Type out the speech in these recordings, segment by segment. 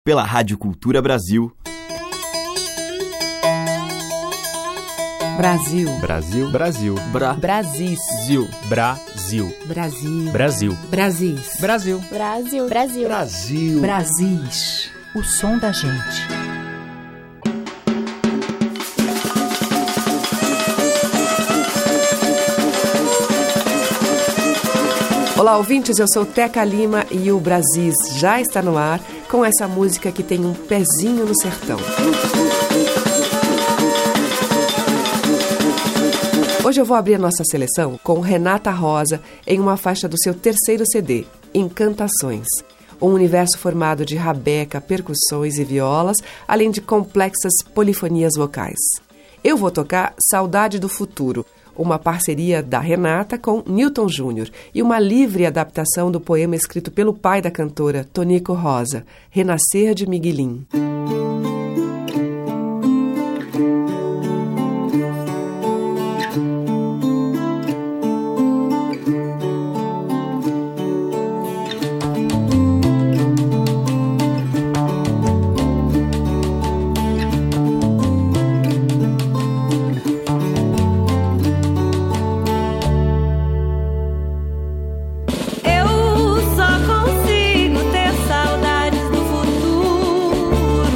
pela Rádio Cultura Brasil. Brasil. Brasil. Brasil. Brasis. Brasil. Brasil. Brasil. Brasis. Brasil. Brasil. Brasil. Brasil. Brasis. O som da gente. Olá, ouvintes, eu sou Teca Lima e o Brasis já está no ar com essa música que tem um pezinho no sertão. Hoje eu vou abrir a nossa seleção com Renata Rosa em uma faixa do seu terceiro CD, Encantações. Um universo formado de rabeca, percussões e violas, além de complexas polifonias vocais. Eu vou tocar Saudade do Futuro, uma parceria da Renata com Newton Júnior e uma livre adaptação do poema escrito pelo pai da cantora, Tonico Rosa, Renascer de Miguelim. Eu só consigo ter saudades do futuro.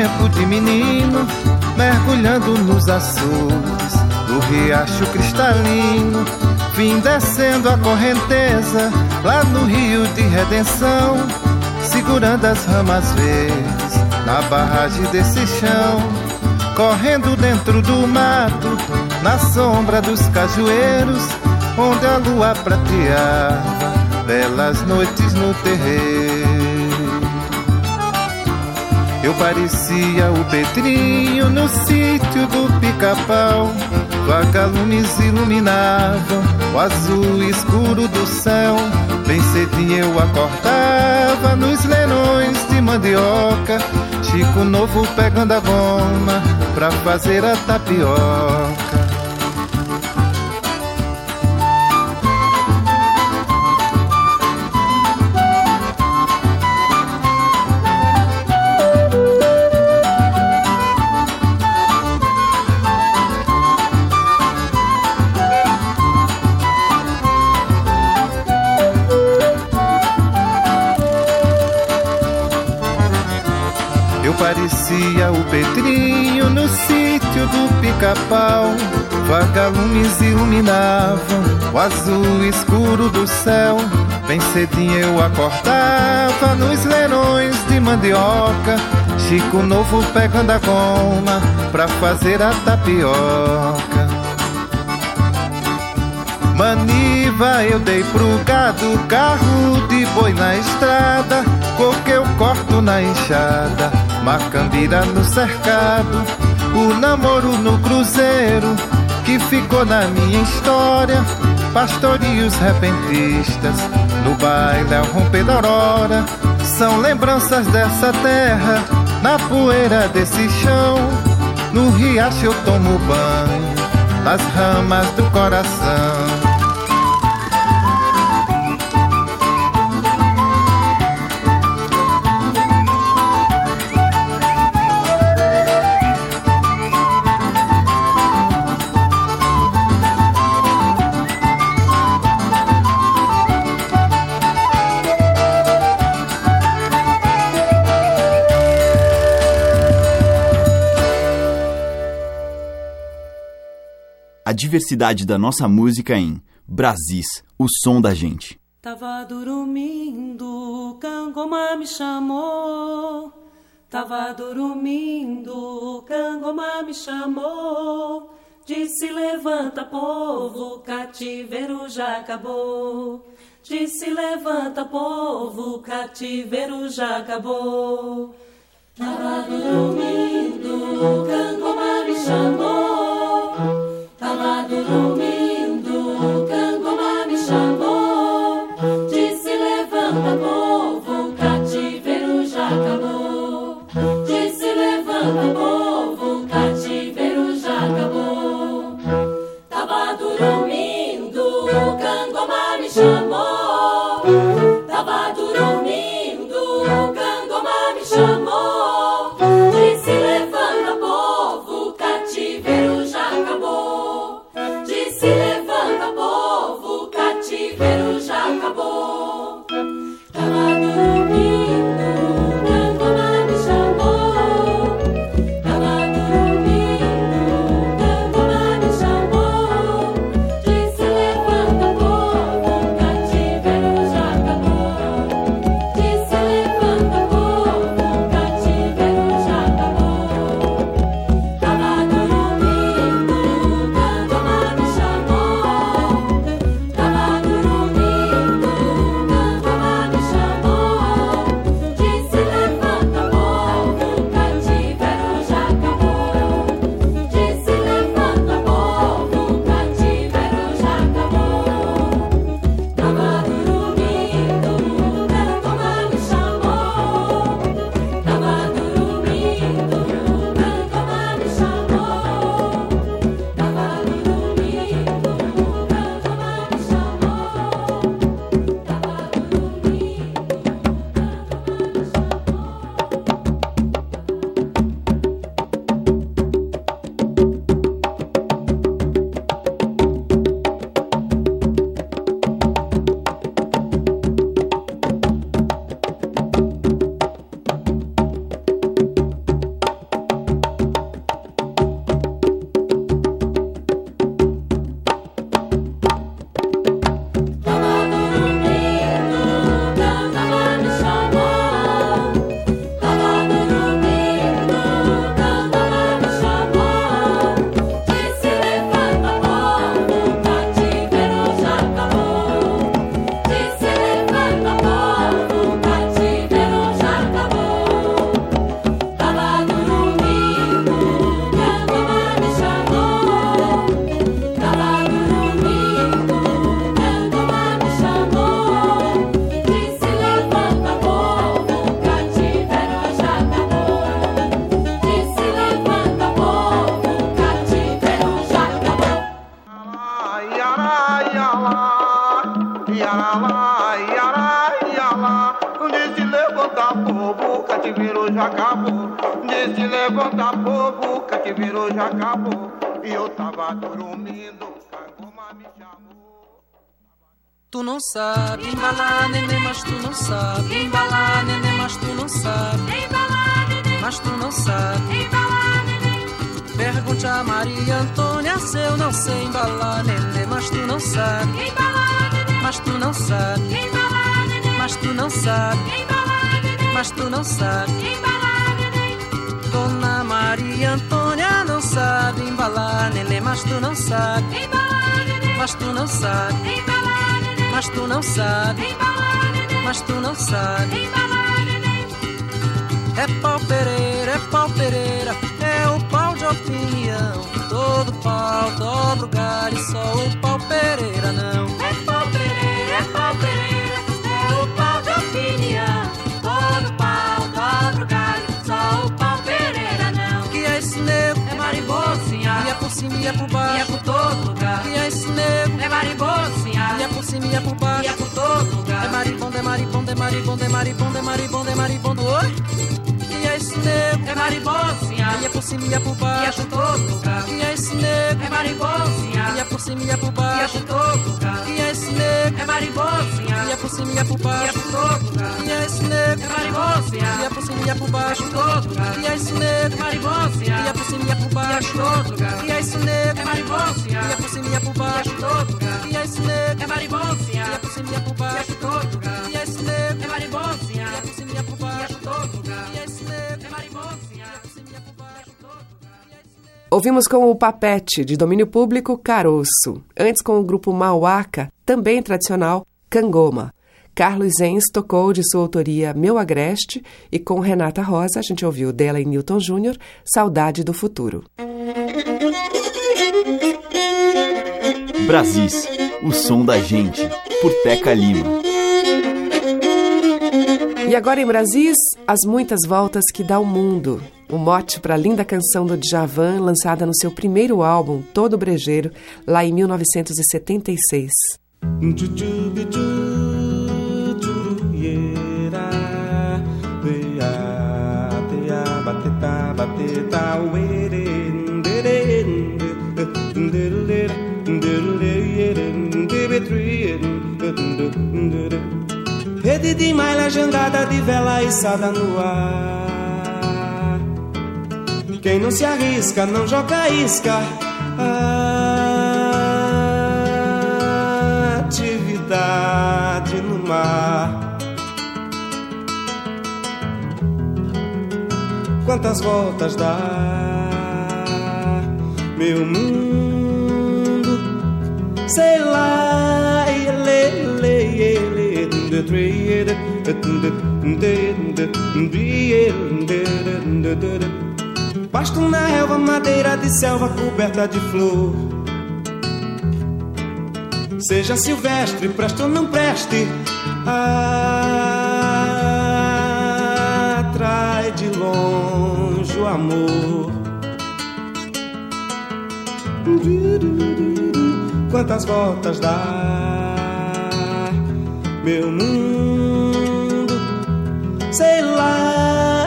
tempo de menino, mergulhando nos açudes do riacho cristalino, vim descendo a correnteza lá no Rio de Redenção, segurando as ramas verdes na barragem desse chão, correndo dentro do mato, na sombra dos cajueiros, onde a lua prateava belas noites no terreiro. Eu parecia o Pedrinho no sítio do Pica-Pau, vagalumes iluminavam o azul escuro do céu. Bem cedinho eu acordava nos leilões de mandioca, Chico Novo pegando a goma pra fazer a tapioca. Parecia o Pedrinho no sítio do Pica-Pau, vagalumes iluminavam o azul escuro do céu. Bem cedinho eu acordava nos leilões de mandioca, Chico Novo pegando a goma pra fazer a tapioca. Maniva eu dei pro gado, carro de boi na estrada, coco eu corto na enxada, macambira no cercado, o namoro no cruzeiro que ficou na minha história, pastorios repentistas no baile ao romper da aurora, são lembranças dessa terra, na poeira desse chão, no riacho eu tomo banho, nas ramas do coração. A diversidade da nossa música em Brasis, o som da gente. Tava dormindo, Cangoma me chamou. Tava dormindo, Cangoma me chamou. Disse levanta povo, cativeiro já acabou. Disse levanta povo, cativeiro já acabou. Tava dormindo, Cangoma me chamou. Tava dormindo, Cangoma me chamou. Disse levanta povo, cativeiro já acabou. Disse levanta povo, cativeiro já acabou. Tava dormindo, Cangoma me chamou. Tava dormindo, Cangoma me chamou. Disse levanta povo, que virou já acabou. E eu tava dormindo, Cangoma me chamou. Tu não sabe embalar, neném, mas tu não sabe embalar, neném, mas tu não sabe embalar, neném, mas tu não sabe embalar, neném. Pergunte a Maria Antônia se eu não sei embalar, neném, mas tu não sabe embalar, neném, mas tu não sabe embalar, neném, mas tu não sabe embalar, neném, mas tu não sabe embalar, neném. Dona Maria Antônia não sabe embalar, neném, mas tu não sabe embalar, neném, mas tu não sabe embalar, neném, mas tu não sabe embalar, neném, mas tu não sabe embalar, neném. É pau Pereira, é o pau de opinião. Todo pau dobra o galho, só o pau Pereira não. É pau Pereira, é o pau de opinião. Todo pau dobra o galho, só o pau Pereira não. Que é esse nego? É marimbocinha. E é por cima e é por baixo, e é por todo lugar. Que é esse nego? É marimbocinha. E é por cima e é por baixo, e é por todo lugar. É maribondo, é maribondo, é maribondo, é maribondo, é maribondo, é maribondo, oi? Que é esse nego? É marimbocinha. E é por cima e é por baixo, e é por todo lugar. Que é esse nego? É marimbocinha. E é por cima e é por baixo, e é por todo lugar. Que é esse nego? É marimbocinha. E é por cima e é por baixo, e é por todo lugar. Que é esse nego? É marimbocinha. E é por cima e é por baixo, e é por todo lugar. Que é esse nego? É marimbocinha. E é por cima e é por baixo, e é por todo lugar. Que é esse nego? É marimbocinha. E é por cima e é por baixo, e é por todo lugar. Que é esse nego? É marimbocinha. E é por cima e é por baixo, e é por todo lugar. Que é esse nego? É marimbocinha. E é por cima e é por baixo, e é por todo lugar. Que é esse nego? É marimbocinha. E é por cima e é por baixo, e é por todo lugar. Ouvimos com o Papete, de domínio público, Caroço. Antes com o grupo Mauaca, também tradicional, Cangoma. Carlos Zenz tocou de sua autoria Meu Agreste e com Renata Rosa a gente ouviu dela e Newton Jr., Saudade do Futuro. Brasis, o som da gente, por Teca Lima. E agora em Brasis, as muitas voltas que dá o mundo. O mote para a linda canção do Djavan, lançada no seu primeiro álbum, Todo Brejeiro, lá em 1976. Rede de malha agendada de vela içada no ar. Quem não se arrisca não joga isca. Atividade no mar. Quantas voltas dá meu mundo? Sei lá, pasto na relva, madeira de selva coberta de flor. Seja silvestre, preste ou não preste, atrai de longe o amor. Quantas voltas dá meu mundo? Sei lá,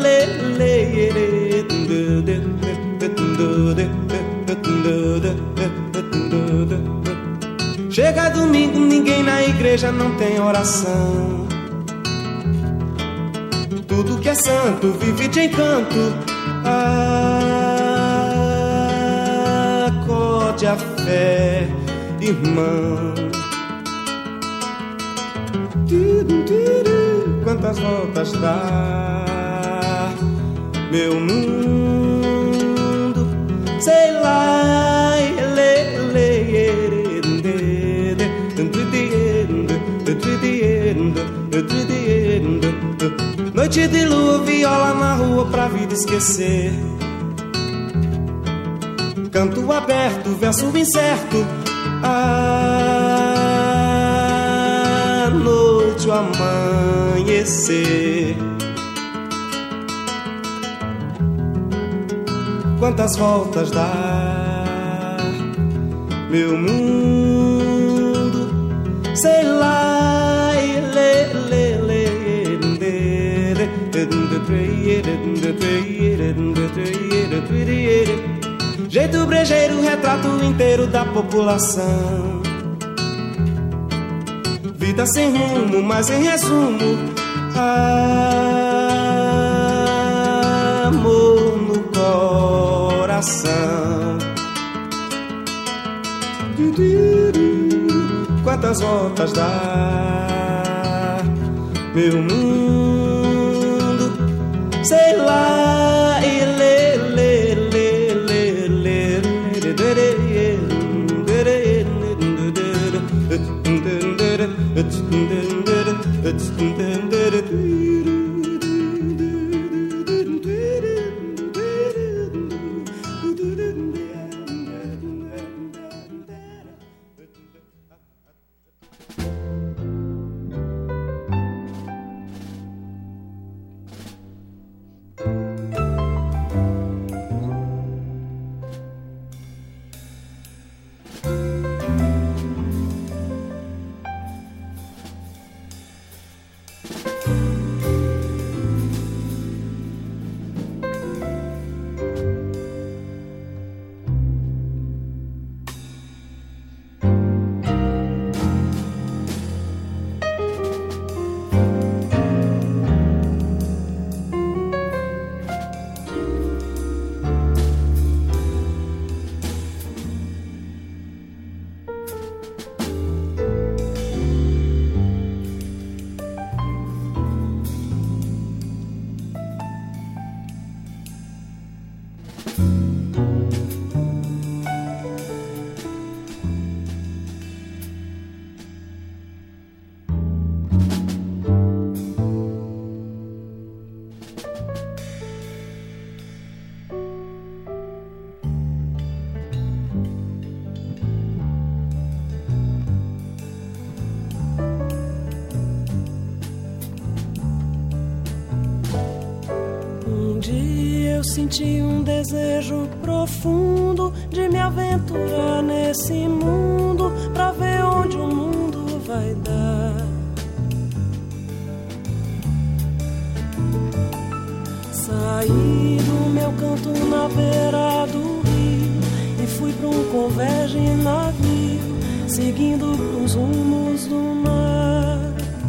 chega domingo, ninguém na igreja não tem oração. Tudo que é santo vive de encanto. Acorde a fé, irmão. Quantas voltas dá meu mundo? Sei lá, noite de lua, viola na rua pra vida esquecer. Canto aberto, verso incerto. A noite, o amanhecer. Quantas voltas dá meu mundo? Sei lá, Jeito brejeiro, retrato inteiro da população. Vida sem rumo, mas em resumo, amor no coração. Quantas voltas dá meu mundo, sei lá, Senti um desejo profundo de me aventurar nesse mundo, pra ver onde o mundo vai dar. Saí do meu canto na beira do rio e fui pra um converge navio, seguindo pros rumos do mar.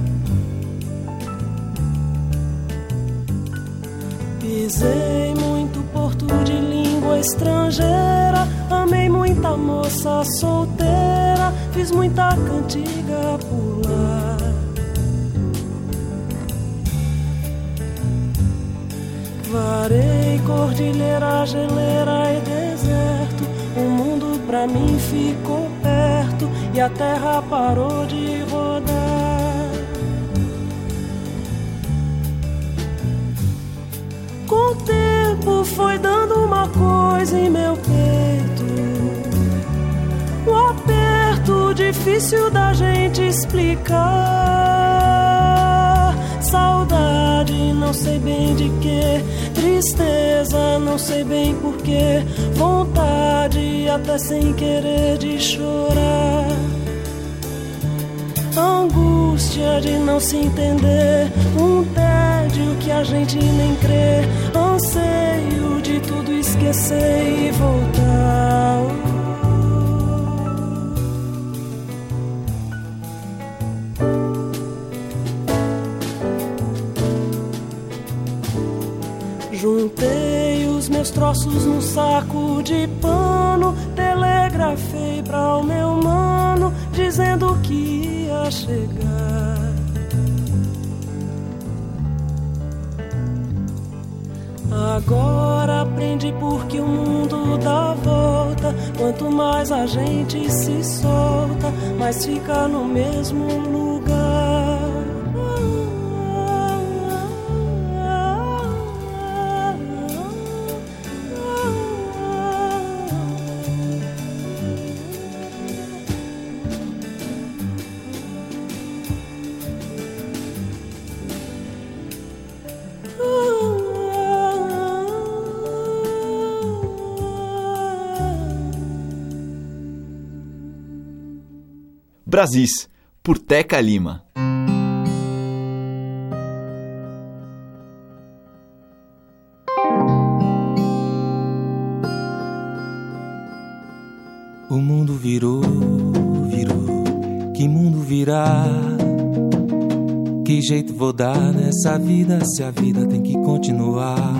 Pisei muito porto de língua estrangeira, amei muita moça solteira, fiz muita cantiga por lá. Varei cordilheira, geleira e deserto, o mundo pra mim ficou perto e a terra parou de rodar. Com o tempo foi dando uma coisa em meu peito, um aperto difícil da gente explicar. Saudade, não sei bem de que, tristeza, não sei bem porquê, vontade até sem querer de chorar. Angústia de não se entender, um tédio que a gente nem crê, anseio de tudo esquecer e voltar. Juntei os meus troços num saco de pano, telegrafei pra o meu mano, dizendo que ia chegar. Agora aprendi porque o mundo dá volta, quanto mais a gente se solta, mais fica no mesmo lugar. Brasis, por Teca Lima. O mundo virou, virou, que mundo virá? Que jeito vou dar nessa vida se a vida tem que continuar?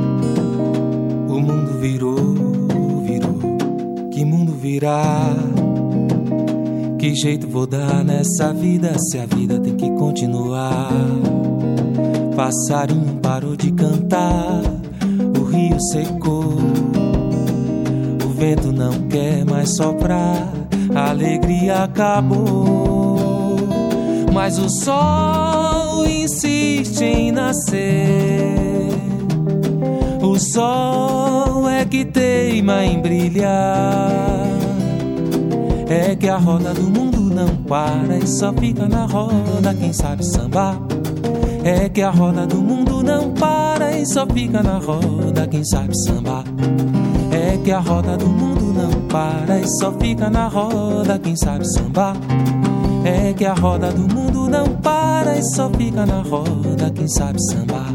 O mundo virou, virou, que mundo virá? Que jeito vou dar nessa vida se a vida tem que continuar? Passarinho parou de cantar, o rio secou, o vento não quer mais soprar, a alegria acabou. Mas o sol insiste em nascer, o sol é que teima em brilhar. É que a roda do mundo não para e só fica na roda quem sabe sambar. É que a roda do mundo não para e só fica na roda quem sabe sambar. É que a roda do mundo não para e só fica na roda quem sabe sambar. É que a roda do mundo não para e só fica na roda quem sabe sambar.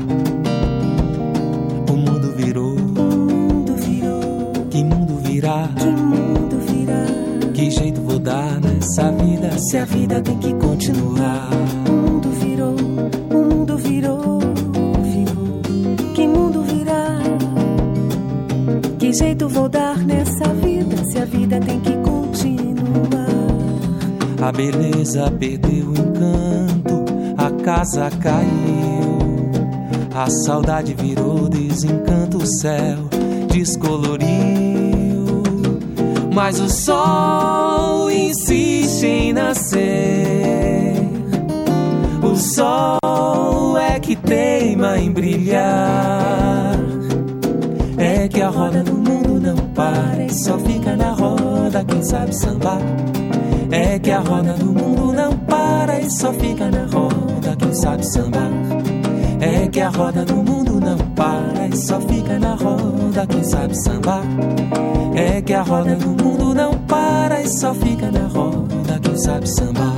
O mundo virou, que mundo virá? Que jeito vou dar nessa vida se a vida tem que continuar? O mundo virou, virou. Que mundo virá? Que jeito vou dar nessa vida se a vida tem que continuar? A beleza perdeu o encanto, a casa caiu, a saudade virou desencanto, o céu descoloriu. Mas o sol insiste em nascer, o sol é que teima em brilhar. É que a roda do mundo não para e só fica na roda quem sabe sambar. É que a roda do mundo não para e só fica na roda quem sabe sambar. É que a roda do mundo não para e só fica na roda quem sabe sambar. É que a roda do mundo não para e só fica na roda quem sabe sambar.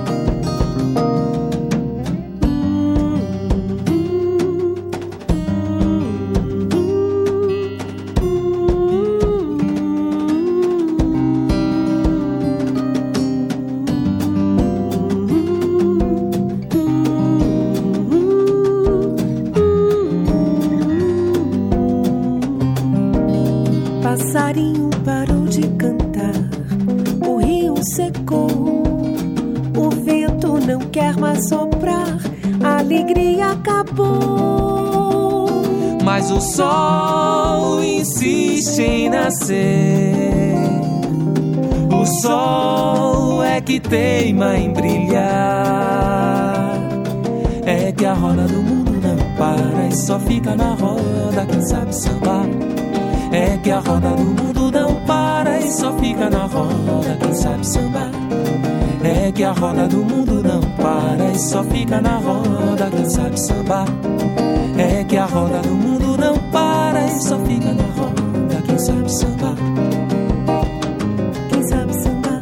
Passarinho parou de cantar, o rio secou, o vento não quer mais soprar, a alegria acabou. Mas o sol insiste em nascer, o sol é que teima em brilhar. É que a roda do mundo não para e só fica na roda quem sabe sambar. É que a roda do mundo não para e só fica na roda quem sabe sambar. É que a roda do mundo não para e só fica na roda quem sabe sambar. É que a roda do mundo não para e só fica na roda quem sabe sambar. Quem sabe sambar?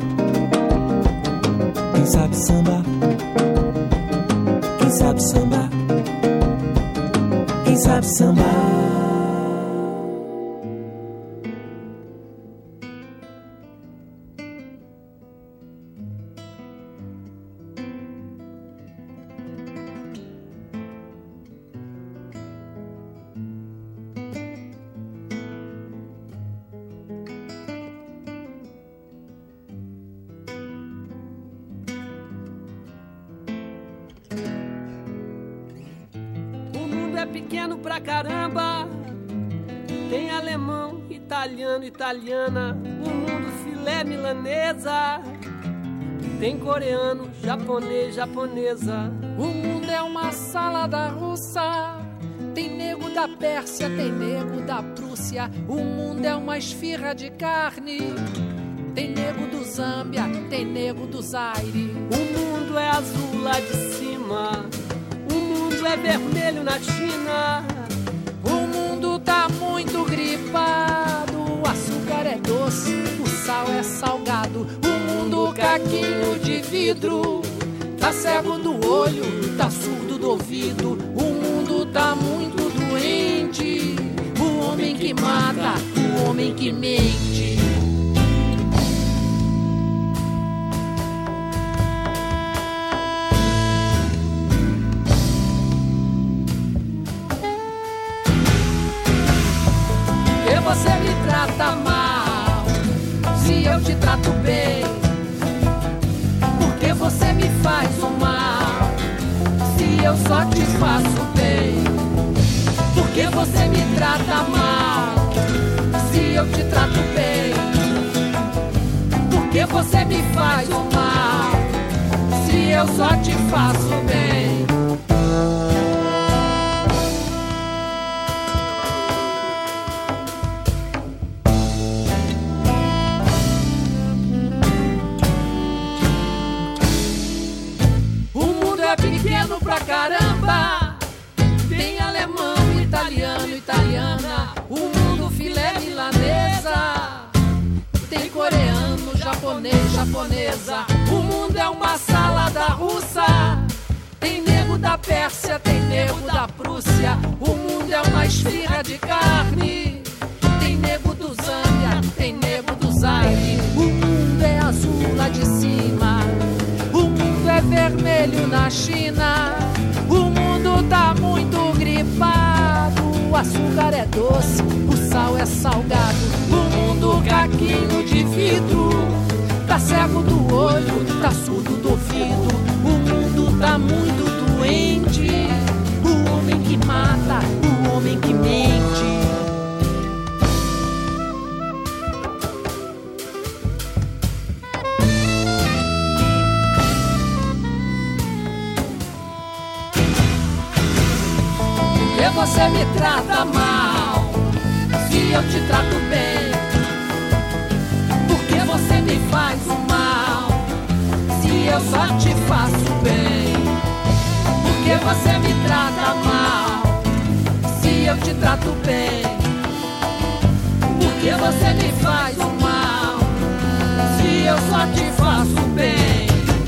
Quem sabe sambar? Quem sabe sambar? Quem sabe sambar? Pequeno pra caramba, tem alemão, italiano, italiana, o mundo filé milanesa, tem coreano, japonês, japonesa. O mundo é uma salada russa, tem nego da Pérsia, tem nego da Prússia. O mundo é uma esfirra de carne, tem nego do Zâmbia, tem nego do Zaire. O mundo é azul lá de cima, o mundo é vermelho na China. O mundo tá muito gripado, o açúcar é doce, o sal é salgado. O mundo caquinho de vidro, tá cego do olho, tá surdo do ouvido. O mundo tá muito doente, o homem que mata, o homem que mente. você me trata mal se eu te trato bem? Por que você me faz o mal se eu só te faço bem? Por que você me trata mal se eu te trato bem? Por que você me faz o mal se eu só te faço bem? O mundo é pequeno pra caramba, tem alemão, italiano, italiana, o mundo filé milanesa, tem coreano, japonês, japonesa, o mundo é uma salada russa, tem nego da Pérsia, tem nego da Prússia, o mundo é uma esfirra de carne, tem nego do Zâmbia, tem nego do Zaire, o mundo é azul lá de cima, o mundo é vermelho na China, o mundo tá muito gripado, o açúcar é doce, o sal é salgado, o mundo caquinho de vidro, tá cego do olho, tá surdo do ouvido, o mundo tá muito doente, o homem que mata, o homem que mente. Por que você me trata mal se eu te trato bem? Por que você me faz o mal se eu só te faço bem? Por que você me trata mal se eu te trato bem? Por que você me faz o mal se eu só te faço bem?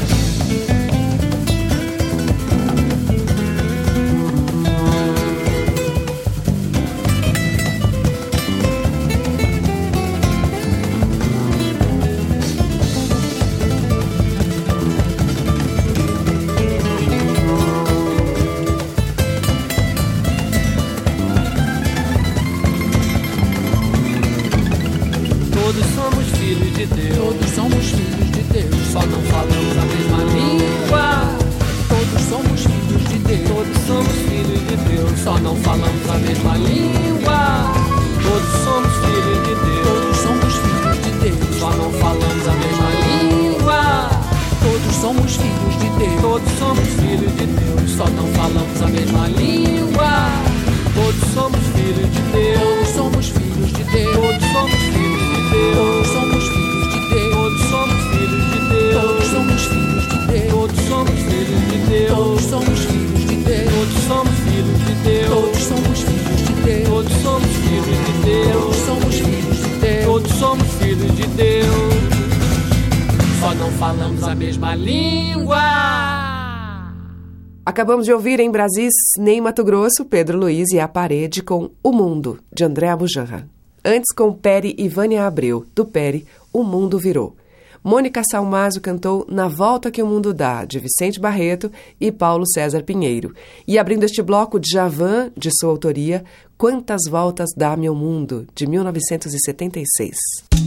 Todos somos filhos de Deus. Todos somos filhos de Deus, Só não falamos a mesma língua. todos somos filhos de Deus, Todos somos filhos de Deus. só não falamos a mesma língua. Todos somos filhos de Deus. Todos somos filhos de Deus, Só não falamos a mesma língua. todos somos filhos de Deus, Todos somos filhos de Deus. só não falamos a mesma língua. Todos somos filhos de Deus. Todos somos filhos de Deus, Todos somos filhos de Deus. todos somos filhos de Deus, Todos somos filhos de Deus. todos somos filhos de Deus, Todos somos filhos de Deus. todos somos filhos de Deus, Todos somos filhos de Deus. todos somos filhos de Deus, Todos somos filhos de Deus. todos somos filhos de Deus, Todos somos filhos de Deus. só não falamos a mesma língua. Acabamos de ouvir em Brasis, Ney Mato Grosso, Pedro Luiz e A Parede com O Mundo, de André Abujanra. Antes com Peri e Vânia Abreu, do Peri, O Mundo Virou. Mônica Salmazo cantou Na Volta que o Mundo Dá, de Vicente Barreto e Paulo César Pinheiro. E abrindo este bloco, Djavan, de sua autoria, Quantas Voltas Dá Meu Mundo, de 1976.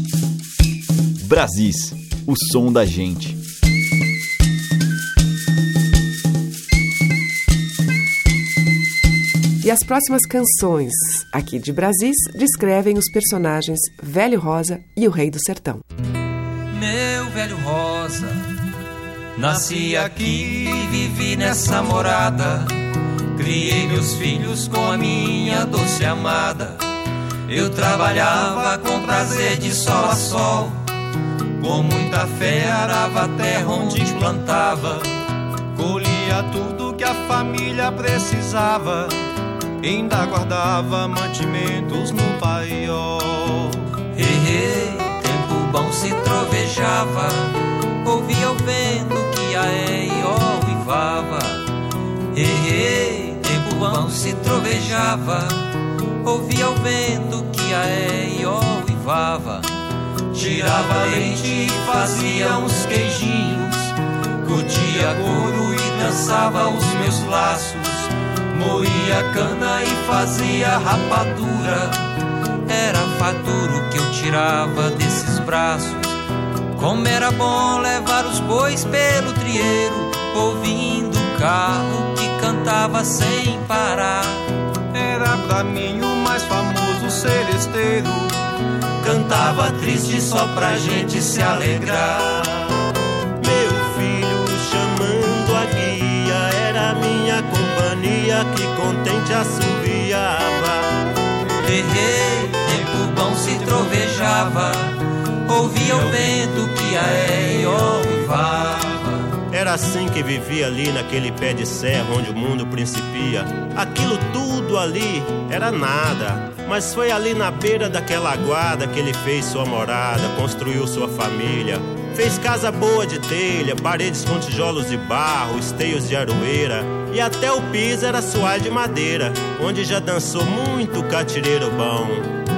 Brasis, o som da gente. E as próximas canções, aqui de Brasis, descrevem os personagens Velho Rosa e o Rei do Sertão. Meu velho Rosa, nasci aqui e vivi nessa morada. Criei meus filhos com a minha doce amada. Eu trabalhava com prazer de sol a sol, com muita fé arava a terra onde plantava. Colhia tudo que a família precisava, ainda guardava mantimentos no paiol. Tempo bom se trovejava, ouvia o vento que a Eió uivava. Tempo bom se trovejava, ouvia o vento que a Eió uivava. Tirava leite e fazia uns queijinhos, curtia couro e dançava os meus laços, moía cana e fazia rapadura. Era fartura que eu tirava desses braços. Como era bom levar os bois pelo trieiro, ouvindo o carro que cantava sem parar. Era pra mim o mais famoso seresteiro, cantava triste só pra gente se alegrar. Meu filho chamando a guia, era minha companhia que contente assoviava. Errei, tempo bom se trovejava, ouvia o vento que a uivava. Era assim que vivia ali naquele pé de serra onde o mundo principia. Aquilo tudo ali era nada, mas foi ali na beira daquela aguada que ele fez sua morada, construiu sua família. Fez casa boa de telha, paredes com tijolos de barro, esteios de aroeira, e até o piso era suave de madeira, onde já dançou muito catireiro bom.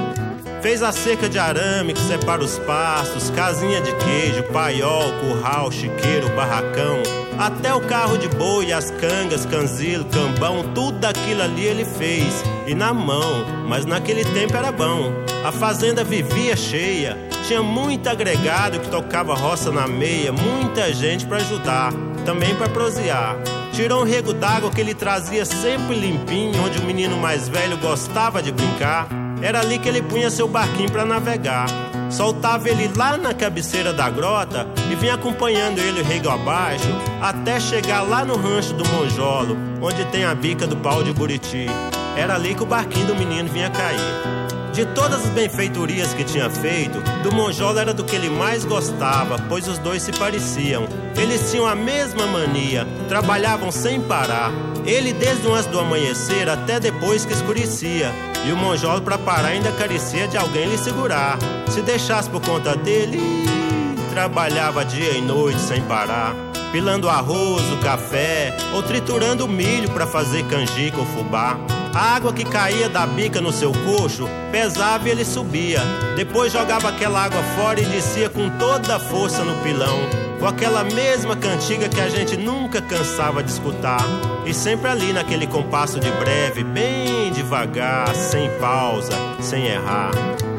Fez a cerca de arame que separa os pastos, casinha de queijo, paiol, curral, chiqueiro, barracão. Até o carro de boi, as cangas, canzilo, cambão, tudo aquilo ali ele fez, e na mão, mas naquele tempo era bom. A fazenda vivia cheia, tinha muito agregado que tocava roça na meia, muita gente pra ajudar, também pra prosear. Tirou um rego d'água que ele trazia sempre limpinho, onde o menino mais velho gostava de brincar. Era ali que ele punha seu barquinho pra navegar. Soltava ele lá na cabeceira da grota e vinha acompanhando ele rego abaixo, até chegar lá no rancho do Monjolo, onde tem a bica do pau de Buriti. Era ali que o barquinho do menino vinha cair. De todas as benfeitorias que tinha feito, do Monjolo era do que ele mais gostava, pois os dois se pareciam. Eles tinham a mesma mania, trabalhavam sem parar. Ele desde antes do amanhecer até depois que escurecia, e o Monjolo pra parar ainda carecia de alguém lhe segurar. Se deixasse por conta dele, trabalhava dia e noite sem parar, pilando o arroz, o café, ou triturando o milho pra fazer canjica ou fubá. A água que caía da bica no seu coxo pesava e ele subia. Depois jogava aquela água fora e descia com toda a força no pilão, com aquela mesma cantiga que a gente nunca cansava de escutar. E sempre ali naquele compasso de breve, bem devagar, sem pausa, sem errar.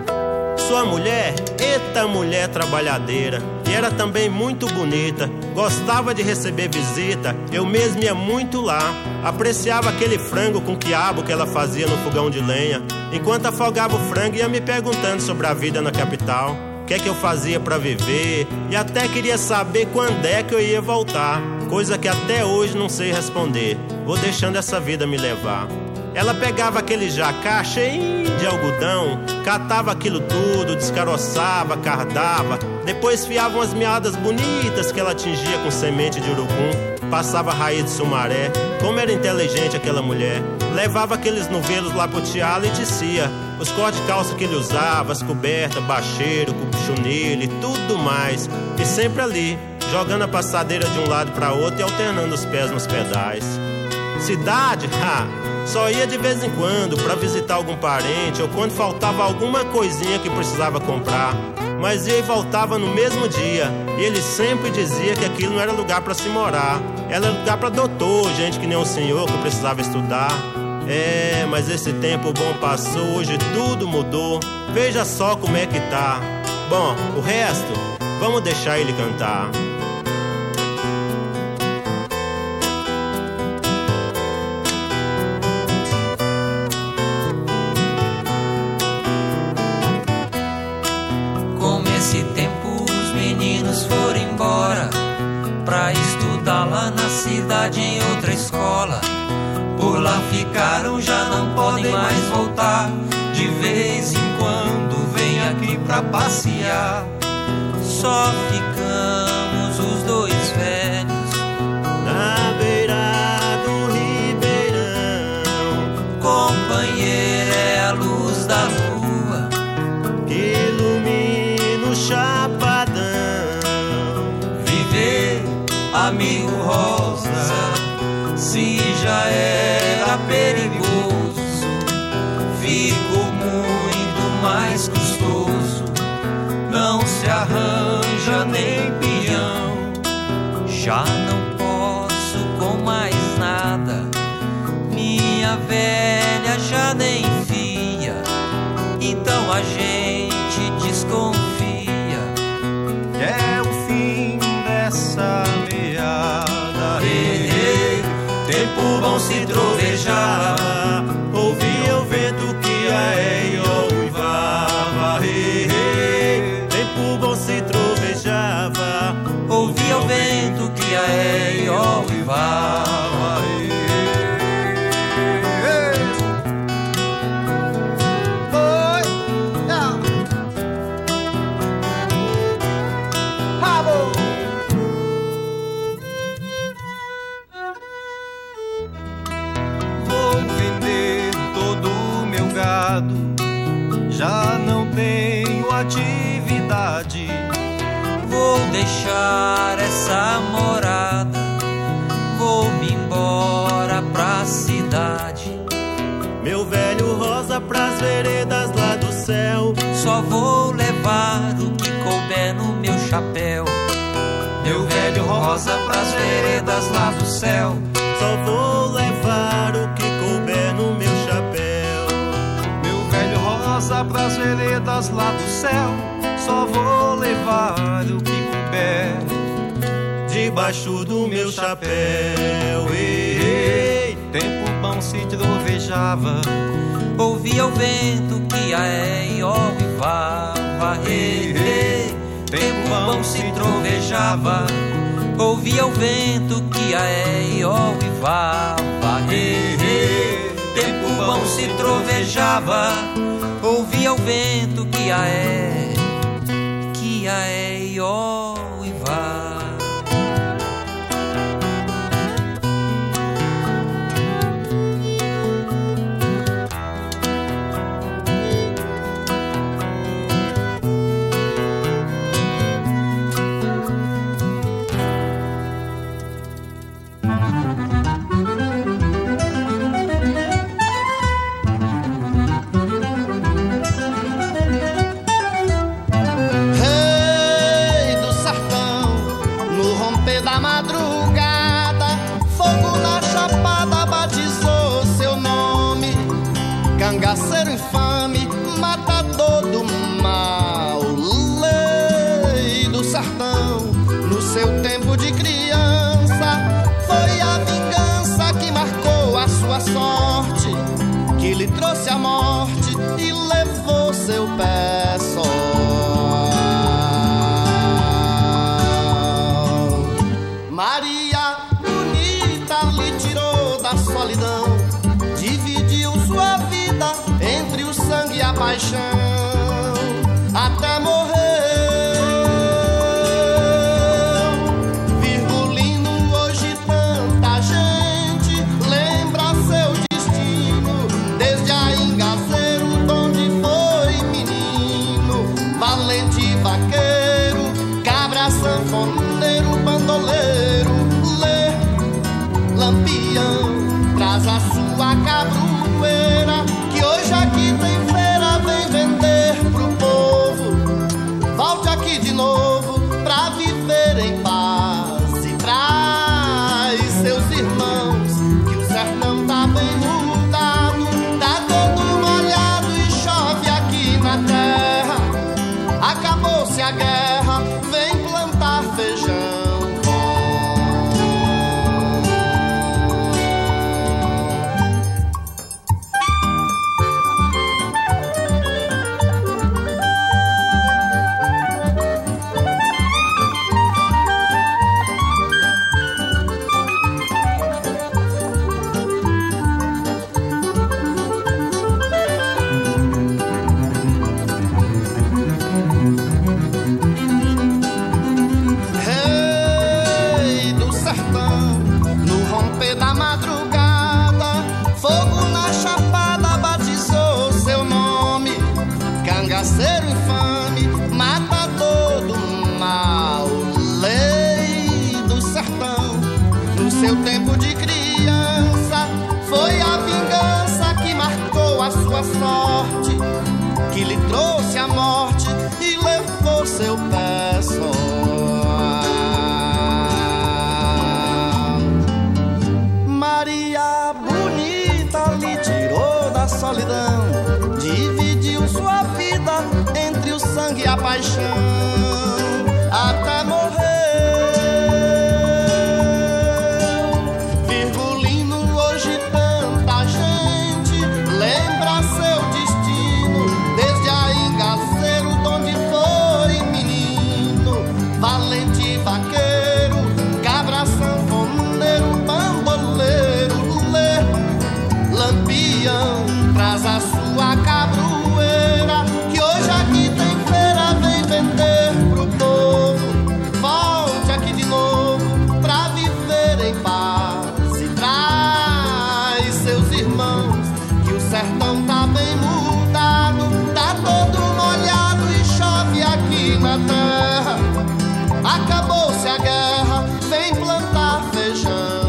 Sua mulher, eita mulher trabalhadeira, e era também muito bonita, gostava de receber visita, eu mesmo ia muito lá. Apreciava aquele frango com quiabo que ela fazia no fogão de lenha. Enquanto afogava o frango ia me perguntando sobre a vida na capital, o que é que eu fazia pra viver, e até queria saber quando é que eu ia voltar, coisa que até hoje não sei responder, vou deixando essa vida me levar. Ela pegava aquele jacá cheio de algodão, catava aquilo tudo, descaroçava, cardava, depois fiava umas meadas bonitas que ela tingia com semente de urucum, passava raiz de sumaré. Como era inteligente aquela mulher. Levava aqueles novelos lá pro teatro e tecia os cortes de calça que ele usava, as cobertas, bacheiro, chunilha e tudo mais, e sempre ali, jogando a passadeira de um lado pra outro e alternando os pés nos pedais. Cidade? Só ia de vez em quando pra visitar algum parente ou quando faltava alguma coisinha que precisava comprar, mas ia e voltava no mesmo dia, e ele sempre dizia que aquilo não era lugar pra se morar, era lugar pra doutor, gente que nem o senhor que precisava estudar. É, mas esse tempo bom passou, hoje tudo mudou, veja só como é que tá. Bom, o resto, vamos deixar ele cantar. Nesse tempo os meninos foram embora pra estudar lá na cidade em outra escola. Por lá ficaram, já não podem mais voltar. De vez em quando vem aqui pra passear. Só ficamos os dois velhos na beira do ribeirão. Companheiro é a luz da lua que ilumina o chapadão. Viver, amigo rosa, se já era perigoso, ficou muito mais custoso. Não se arranja nem pinhão. Já não posso com mais nada. Minha velha já nem fia. Então a gente desconfia que é o fim dessa meada. Ei, ei, tempo bom se trovejava, ouvia o vento que a Eió uivava. Ei, ei, tempo bom se trovejava, ouvia o vento que a Eió uivava. Já não tenho atividade, vou deixar essa morada, vou-me embora pra cidade. Meu velho rosa pras veredas lá do céu, só vou levar o que couber no meu chapéu. Meu velho rosa pras veredas lá do céu, só vou levar o que couber no meu chapéu. Rosa pras veredas lá do céu, só vou levar o que couber debaixo do meu chapéu. Ei, ei, tempo bom se trovejava, ouvia o vento que a Eió uivava. Ei, ei, tempo bom se trovejava, ouvia o vento que a Eió uivava. Ei, ei, tempo bom se trovejava, ouvia o vento que a Eió uivava. Cangaceiro infame, matador do mal, lei do sertão. No seu tempo de criança, foi a vingança que marcou a sua sorte, que lhe trouxe a morte e levou seu pé só. Maria bonita lhe tirou da solidão, dividiu sua vida entre o sangue e a paixão, até morrer. Virgulino, hoje tanta gente lembra seu destino, desde a Ingazeiro, donde foi menino, valente vaqueiro, cabra sanfoneiro, bandoleiro, lê, lampião, traz a sua cabroeira, que hoje aqui tem feira, vem vender pro povo. Volte aqui de novo pra viver em paz e traz seus irmãos, que o sertão tá bem mudado, tá todo molhado e chove aqui na terra. Acabou-se a guerra, vem plantar feijão. Cangaceiro infame, matador do mal, lei do sertão. No seu tempo de criança, foi a vingança que marcou a sua sorte, que lhe trouxe a morte e levou seu pé só. Maria bonita lhe tirou da solidão, dividiu sua vida entre o sangue sangue e a paixão até morrer. Virgulino, hoje tanta gente lembra seu destino, desde a Ingaceiro, donde foi menino, valente vaqueiro, cabra sanfoneiro, bamboleiro, lê, lampião, traz a sua cabroeira, que hoje aqui tem feira, vem vender pro povo. Volte aqui de novo pra viver em paz e traz seus irmãos, que o sertão tá bem mudado, tá todo molhado e chove aqui na terra. Acabou-se a guerra, vem plantar feijão.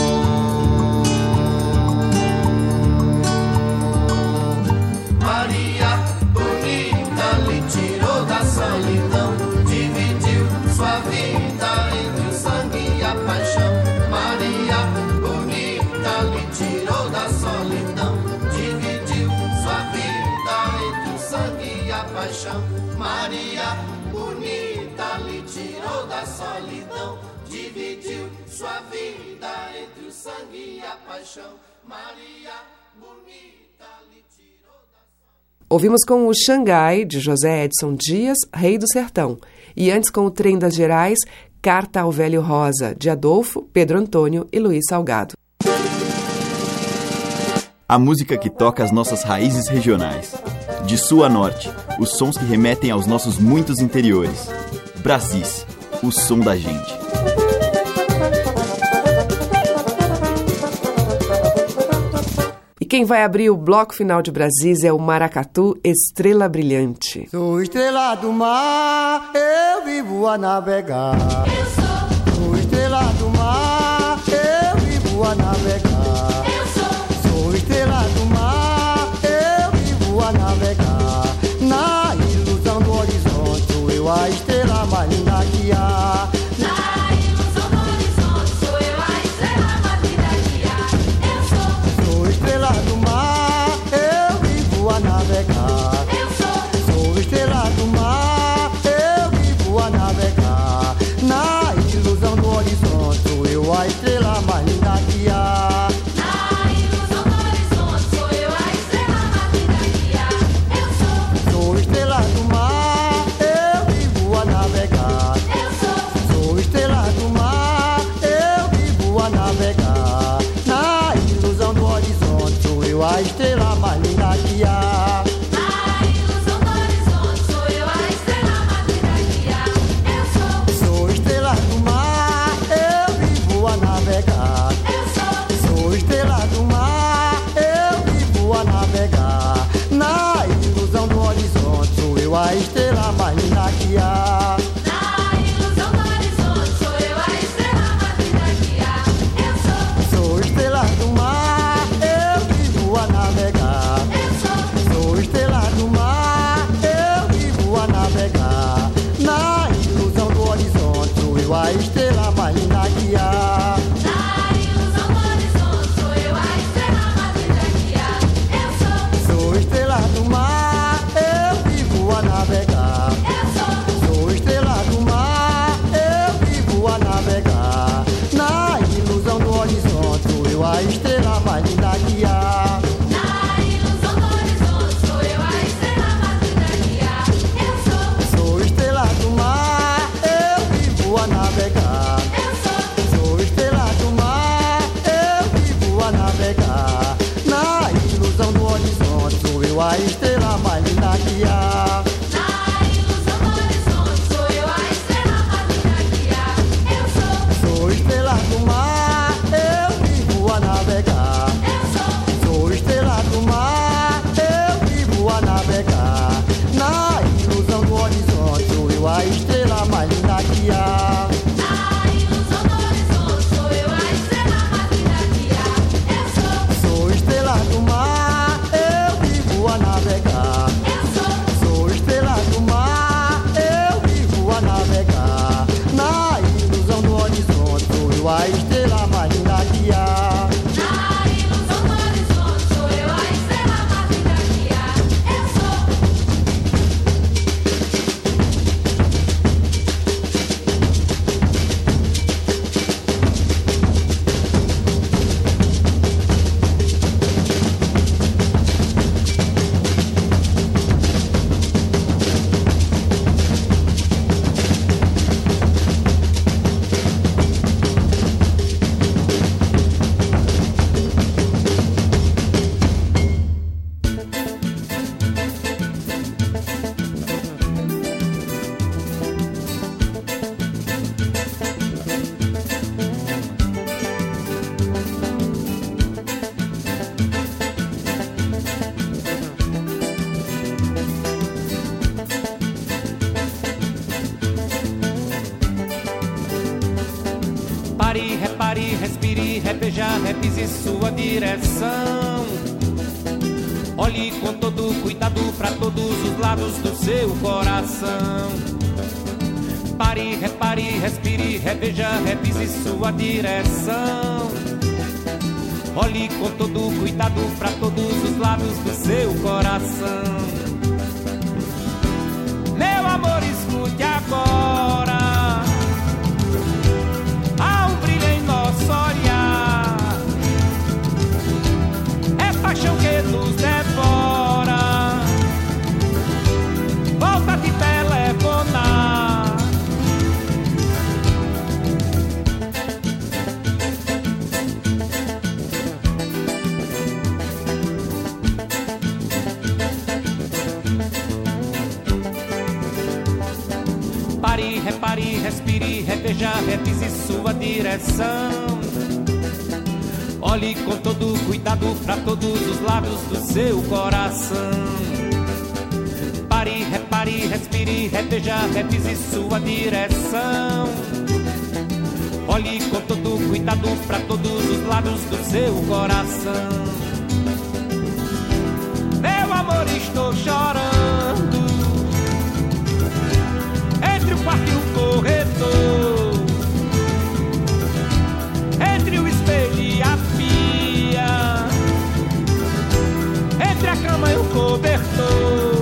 Maria bonita lhe tirou da solidão, dividiu sua vida entre o sangue e a paixão. Maria bonita lhe tirou da solidão, dividiu sua vida entre o sangue e a paixão. Maria bonita lhe tirou da solidão, dividiu sua vida entre o sangue e a paixão. Maria bonita lhe tirou da solidão. Ouvimos com o Xangai, de José Edson Dias, Rei do Sertão. E antes com o Trem das Gerais, Carta ao Velho Rosa, de Adolfo, Pedro Antônio e Luiz Salgado. A música que toca as nossas raízes regionais. De sul a norte, os sons que remetem aos nossos muitos interiores. Brasis, o som da gente. E quem vai abrir o bloco final de Brasis é o Maracatu Estrela Brilhante. Sou estrela do mar, eu vivo a navegar. Eu sou estrela do mar, eu vivo a navegar. Sou estrela do mar, eu vivo a navegar. Na ilusão do horizonte, sou eu a estrela mais linda que há. Na ilusão do horizonte, sou eu a estrela mais linda que há. Sou estrela do mar, eu vivo a navegar. Sou estrela do mar, eu vivo a navegar. Na ilusão do horizonte, sou eu a estrela mais linda que há. Na ilusão do horizonte, sou eu a estrela mais linda que há. Sou estrela do mar, eu vivo a navegar. Sou estrela do mar, eu vivo a navegar. Na ilusão do horizonte, sou eu a estrela mais linda que há. Na ilusão do horizonte, sou eu a estrela mais linda que há. Sou estrela do mar, eu vivo a navegar. Sou estrela do mar, eu vivo a navegar. Na ilusão do horizonte, sou eu a estrela mais linda que há. Na ilusão do horizonte, sou eu a estrela mais linda que há. Sou estrela do mar, eu vivo a navegar. Sou estrela do mar, eu vivo a navegar. Na ilusão do horizonte, sou eu a estrela mais linda que há. Na ilusão do horizonte, sou eu a estrela mais linda que há. Sou estrela do mar, eu vivo a navegar. Sou estrela do mar, eu vivo a navegar. Na ilusão do horizonte, sou eu a estrela mais linda que há. Na ilusão do horizonte, sou eu a estrela mais linda que há. Sou estrela do mar, eu vivo a navegar. Sou estrela do mar, eu vivo a navegar. Na ilusão do horizonte, sou eu a estrela mais linda que há. Na ilusão do horizonte, sou eu a estrela mais linda que há. Sou estrela do mar, eu vivo a navegar. Sou estrela do mar, eu vivo a navegar. Na ilusão do horizonte, sou eu a estrela mais linda que há. Na ilusão do horizonte, sou eu a estrela mais linda que há. Sou estrela do mar, eu vivo a navegar. Sou estrela do mar, eu vivo a navegar. Na ilusão do horizonte, sou eu a estrela mais linda que há. Na ilusão do horizonte, sou eu a estrela mais linda que há. raps e sua direção. Olhe com todo cuidado para todos os lados do seu coração. Pare, repare, respire, reveja raps e sua direção. Olhe com todo cuidado para todos os lados do seu coração. Meu amor, escute agora. Há um brilho em nosso olhar. É paixão que nos devora. Volta a te telefonar. Pare, repare, respire, reveja raps e sua direção. Olhe com todo cuidado para todos os lados do seu coração. Pare, repare, respire, reveja raps e sua direção. Olhe com todo cuidado para todos os lados do seu coração. Meu amor, estou chorando entre o quarto e o corredor, entre o espelho e a pia, entre a cama e o cobertor.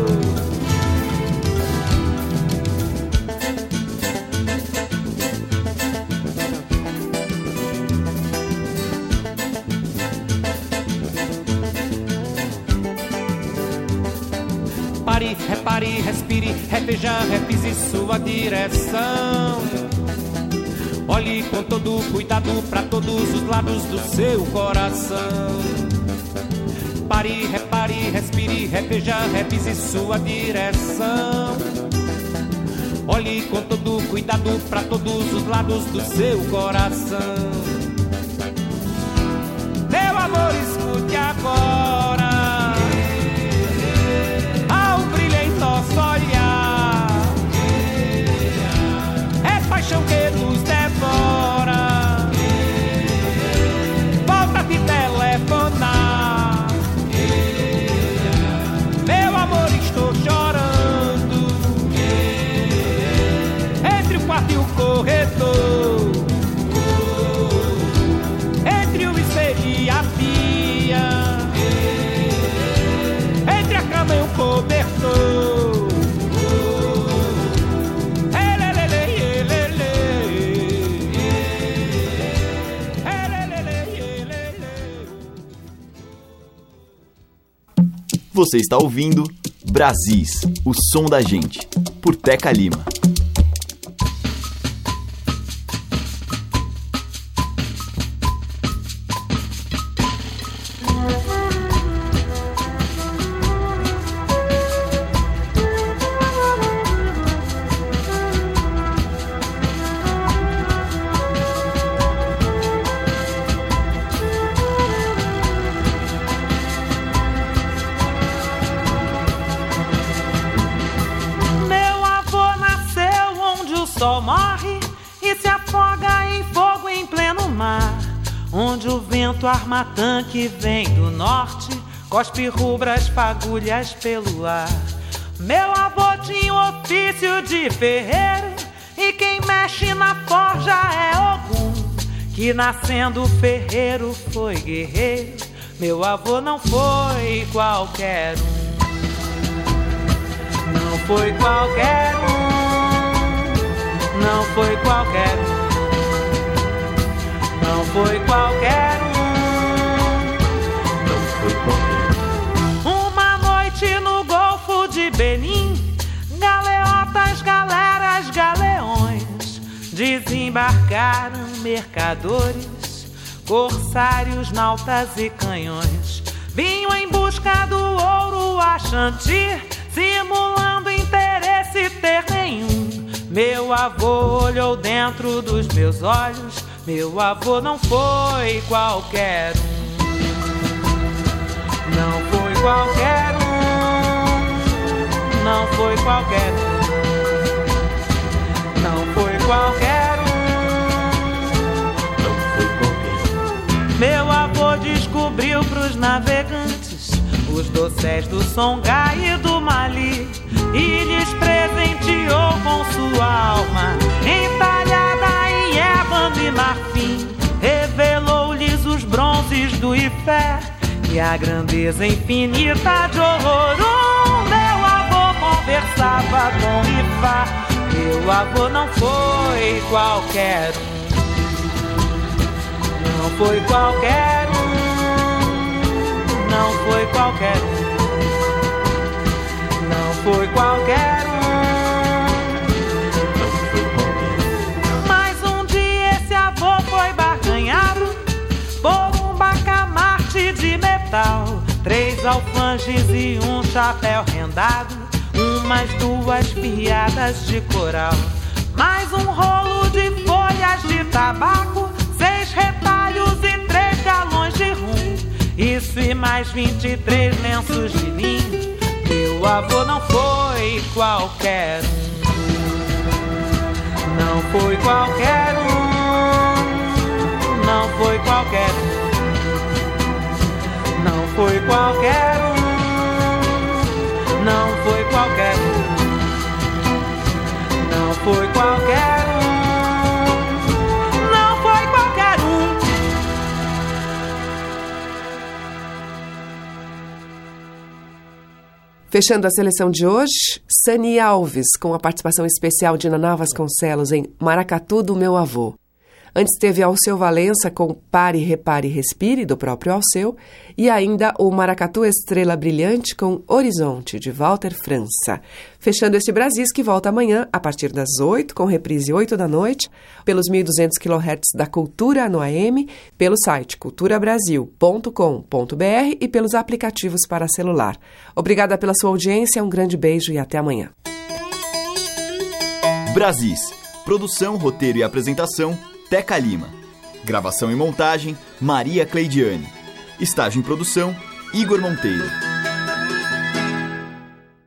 Pare, repare, respire, reveja raps e sua direção. Olhe com todo cuidado para todos os lados do seu coração. Pare, repare, respire, reveja raps e sua direção. Olhe com todo cuidado para todos os lados do seu coração. Meu amor, escute agora. Nosso olhar é paixão que nos devora. Volta a te telefonar. Meu amor, estou chorando entre o quarto e o corredor, entre o espelho e a pia, entre a cama e o cobertor. Você está ouvindo Brasis, o som da gente, por Teca Lima. sol morre e se afoga em fogo em pleno mar, onde o vento arma tanque vem do norte, cospe rubras fagulhas pelo ar. Meu avô tinha o ofício de ferreiro, e quem mexe na forja é Ogum, que nascendo ferreiro foi guerreiro. Meu avô não foi qualquer um, não foi qualquer um, não foi qualquer um, não foi qualquer um, não foi qualquer um. Uma noite no Golfo de Benim, galeotas, galeras, galeões desembarcaram mercadores, corsários, nautas e canhões. Vinham em busca do ouro a Xantir, simulando interesse ter nenhum. Meu avô olhou dentro dos meus olhos, meu avô não foi qualquer um, não foi qualquer um, não foi qualquer um, não foi qualquer um, não foi qualquer um. Meu descobriu pros navegantes os dosséis do Songhai e do Mali, e lhes presenteou com sua alma entalhada em ébano e marfim. Revelou-lhes os bronzes do Ifé e a grandeza infinita de Olorum. Meu avô conversava com Ifá. Meu avô não foi qualquer um. Não foi qualquer um. Não foi qualquer um. Não foi qualquer um. Mas um dia esse avô foi barganhado por um bacamarte de metal, 3 alfanges e um chapéu rendado, umas 2 piadas de coral, mais um rolo de folhas de tabaco, 6 retalhos e 3 galões de rum. Isso e mais 23 lenços de linho. Meu avô não foi qualquer um. Não foi qualquer um. Não foi qualquer um. Não foi qualquer um. Não foi qualquer um. Não foi qualquer um. Não foi qualquer um. Fechando a seleção de hoje, Sani Alves, com a participação especial de Naná Vasconcelos em Maracatu do Meu Avô. Antes teve Alceu Valença com Pare, Repare, Respire, do próprio Alceu, e ainda o Maracatu Estrela Brilhante com Horizonte, de Walter França. Fechando este Brasis, que volta amanhã, a partir das 8, com reprise 8 da noite, pelos 1.200 kHz da Cultura no AM, pelo site culturabrasil.com.br e pelos aplicativos para celular. Obrigada pela sua audiência, um grande beijo e até amanhã. Brasis. Produção, roteiro e apresentação, Teca Lima. Gravação e montagem, Maria Cleidiane. Estágio em produção, Igor Monteiro.